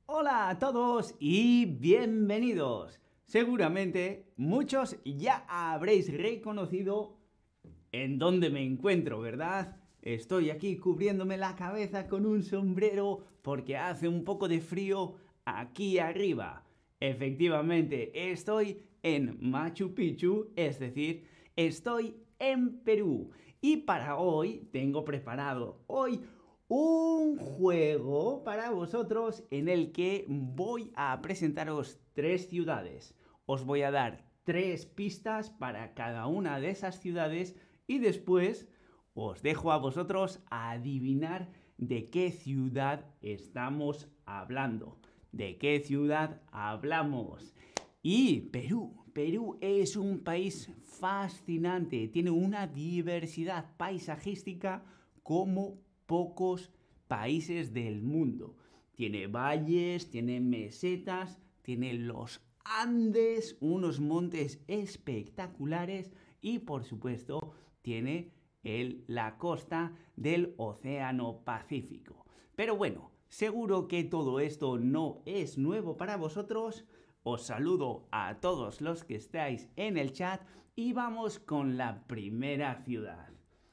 Hola a todos y bienvenidos. Seguramente muchos ya habréis reconocido en dónde me encuentro, ¿verdad? Estoy aquí cubriéndome la cabeza con un sombrero porque hace un poco de frío aquí arriba. Efectivamente, estoy en Machu Picchu, es decir, estoy en Perú. Y para hoy tengo preparado un juego para vosotros en el que voy a presentaros tres ciudades. Os voy a dar tres pistas para cada una de esas ciudades y después os dejo a vosotros a adivinar de qué ciudad estamos hablando. ¿De qué ciudad hablamos? Y Perú es un país fascinante, tiene una diversidad paisajística como pocos países del mundo. Tiene valles, tiene mesetas, tiene los Andes, unos montes espectaculares y por supuesto tiene la costa del Océano Pacífico. Pero bueno, seguro que todo esto no es nuevo para vosotros. Os saludo a todos los que estáis en el chat y vamos con la primera ciudad.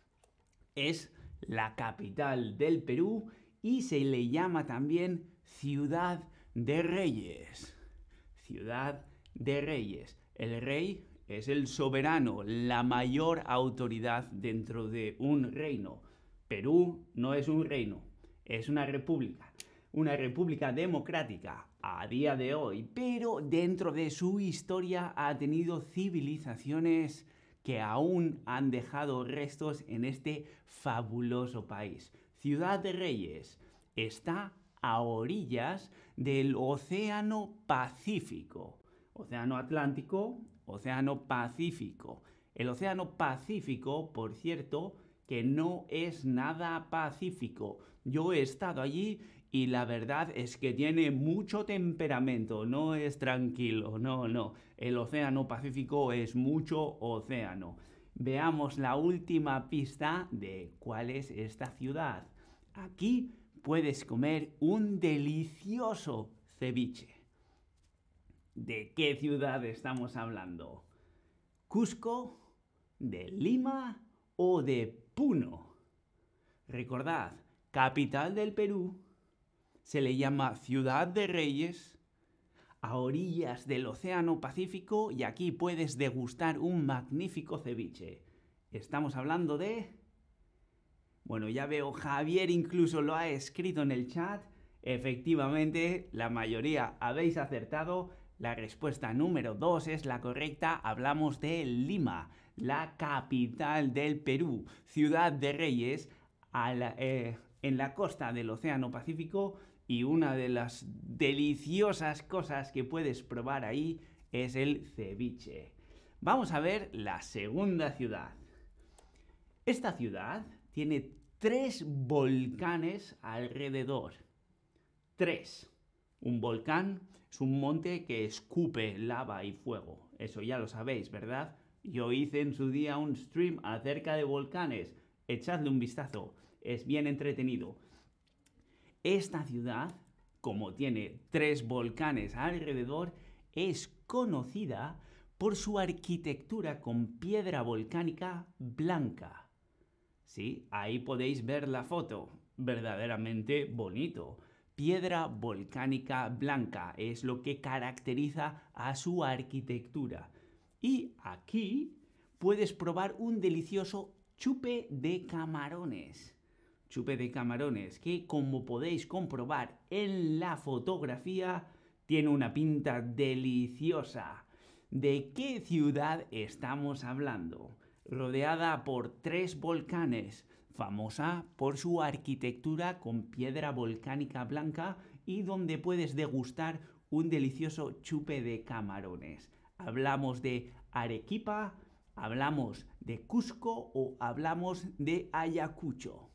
Es la capital del Perú y se le llama también Ciudad de Reyes. Ciudad de Reyes. El rey es el soberano, la mayor autoridad dentro de un reino. Perú no es un reino, es una república democrática a día de hoy, pero dentro de su historia ha tenido civilizaciones que aún han dejado restos en este fabuloso país. Ciudad de Reyes está a orillas del Océano Pacífico. Océano Atlántico, Océano Pacífico. El Océano Pacífico, por cierto, que no es nada pacífico. Yo he estado allí y la verdad es que tiene mucho temperamento, no es tranquilo, no. El Océano Pacífico es mucho océano. Veamos la última pista de cuál es esta ciudad. Aquí puedes comer un delicioso ceviche. ¿De qué ciudad estamos hablando? ¿Cusco, de Lima o de Puno? Recordad, capital del Perú, se le llama Ciudad de Reyes, a orillas del Océano Pacífico y aquí puedes degustar un magnífico ceviche. Estamos hablando de... Bueno, ya veo, Javier incluso lo ha escrito en el chat. Efectivamente, la mayoría habéis acertado. La respuesta número 2 es la correcta. Hablamos de Lima, la capital del Perú, Ciudad de Reyes, en la costa del Océano Pacífico. Y una de las deliciosas cosas que puedes probar ahí es el ceviche. Vamos a ver la segunda ciudad. Esta ciudad tiene 3 volcanes alrededor. 3. Un volcán es un monte que escupe lava y fuego. Eso ya lo sabéis, ¿verdad? Yo hice en su día un stream acerca de volcanes. Echadle un vistazo. Es bien entretenido. Esta ciudad, como tiene 3 volcanes alrededor, es conocida por su arquitectura con piedra volcánica blanca. ¿Sí? Ahí podéis ver la foto. Verdaderamente bonito. Piedra volcánica blanca es lo que caracteriza a su arquitectura. Y aquí puedes probar un delicioso chupe de camarones. Chupe de camarones que, como podéis comprobar en la fotografía, tiene una pinta deliciosa. ¿De qué ciudad estamos hablando? Rodeada por 3 volcanes, famosa por su arquitectura con piedra volcánica blanca y donde puedes degustar un delicioso chupe de camarones. ¿Hablamos de Arequipa, hablamos de Cusco o hablamos de Ayacucho?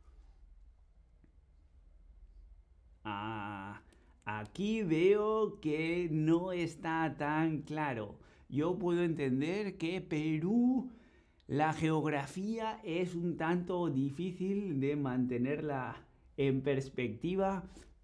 Ah, aquí veo que no está tan claro. Yo puedo entender que Perú, la geografía es un tanto difícil de mantenerla en perspectiva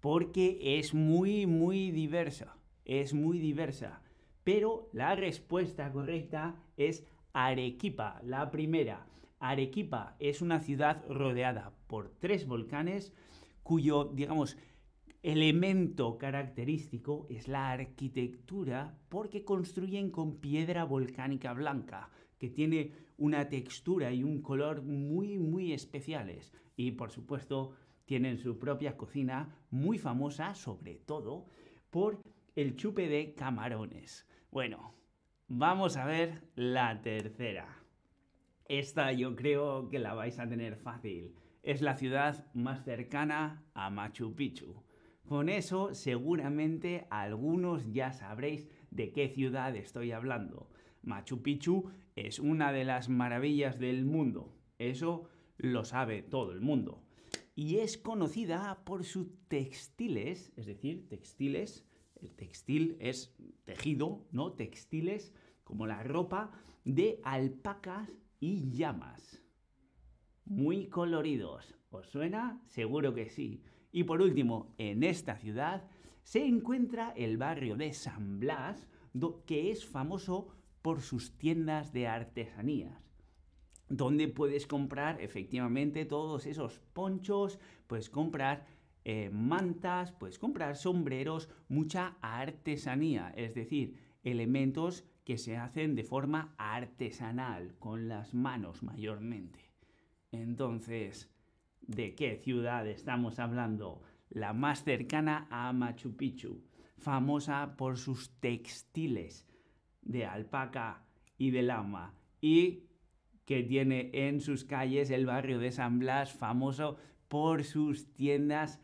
porque es muy diversa. Es muy diversa. Pero la respuesta correcta es Arequipa, la primera. Arequipa es una ciudad rodeada por 3 volcanes cuyo, digamos, elemento característico es la arquitectura porque construyen con piedra volcánica blanca que tiene una textura y un color muy especiales y por supuesto tienen su propia cocina muy famosa sobre todo por el chupe de camarones. Bueno, vamos a ver la tercera. Esta yo creo que la vais a tener fácil. Es la ciudad más cercana a Machu Picchu. Con eso seguramente algunos ya sabréis de qué ciudad estoy hablando. Machu Picchu es una de las maravillas del mundo. Eso lo sabe todo el mundo. Y es conocida por sus textiles, es decir, textiles. El textil es tejido, ¿no? Textiles como la ropa de alpacas y llamas. Muy coloridos. ¿Os suena? Seguro que sí. Y por último, en esta ciudad se encuentra el barrio de San Blas, que es famoso por sus tiendas de artesanías, donde puedes comprar efectivamente todos esos ponchos, puedes comprar mantas, puedes comprar sombreros, mucha artesanía, es decir, elementos que se hacen de forma artesanal, con las manos mayormente. Entonces, ¿de qué ciudad estamos hablando? La más cercana a Machu Picchu, famosa por sus textiles de alpaca y de lama y que tiene en sus calles el barrio de San Blas, famoso por sus tiendas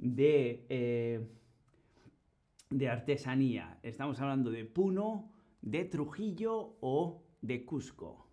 de artesanía. Estamos hablando de Puno, de Trujillo o de Cusco.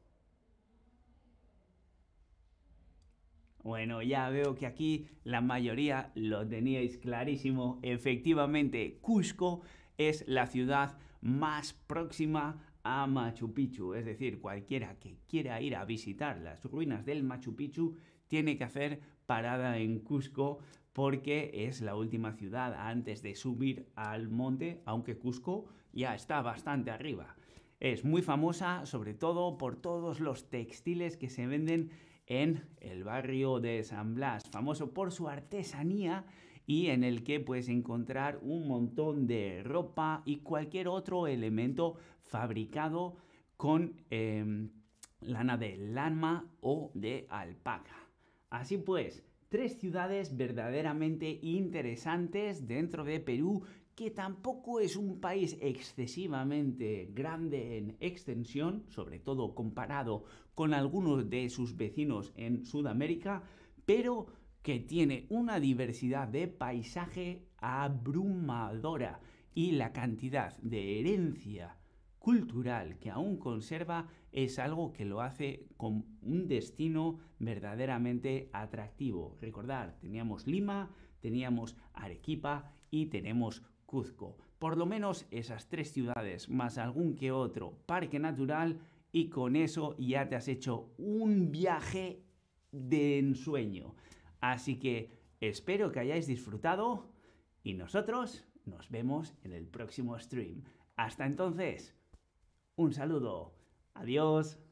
Bueno, ya veo que aquí la mayoría lo teníais clarísimo. Efectivamente, Cusco es la ciudad más próxima a Machu Picchu. Es decir, cualquiera que quiera ir a visitar las ruinas del Machu Picchu tiene que hacer parada en Cusco porque es la última ciudad antes de subir al monte, aunque Cusco ya está bastante arriba. Es muy famosa sobre todo por todos los textiles que se venden en el barrio de San Blas, famoso por su artesanía y en el que puedes encontrar un montón de ropa y cualquier otro elemento fabricado con lana de lama o de alpaca. Así pues, 3 ciudades verdaderamente interesantes dentro de Perú, que tampoco es un país excesivamente grande en extensión, sobre todo comparado con algunos de sus vecinos en Sudamérica, pero que tiene una diversidad de paisaje abrumadora y la cantidad de herencia cultural que aún conserva es algo que lo hace con un destino verdaderamente atractivo. Recordad, teníamos Lima, teníamos Arequipa y tenemos Cuzco. Por lo menos esas 3 ciudades, más algún que otro parque natural, y con eso ya te has hecho un viaje de ensueño. Así que espero que hayáis disfrutado y nosotros nos vemos en el próximo stream. Hasta entonces, un saludo. Adiós.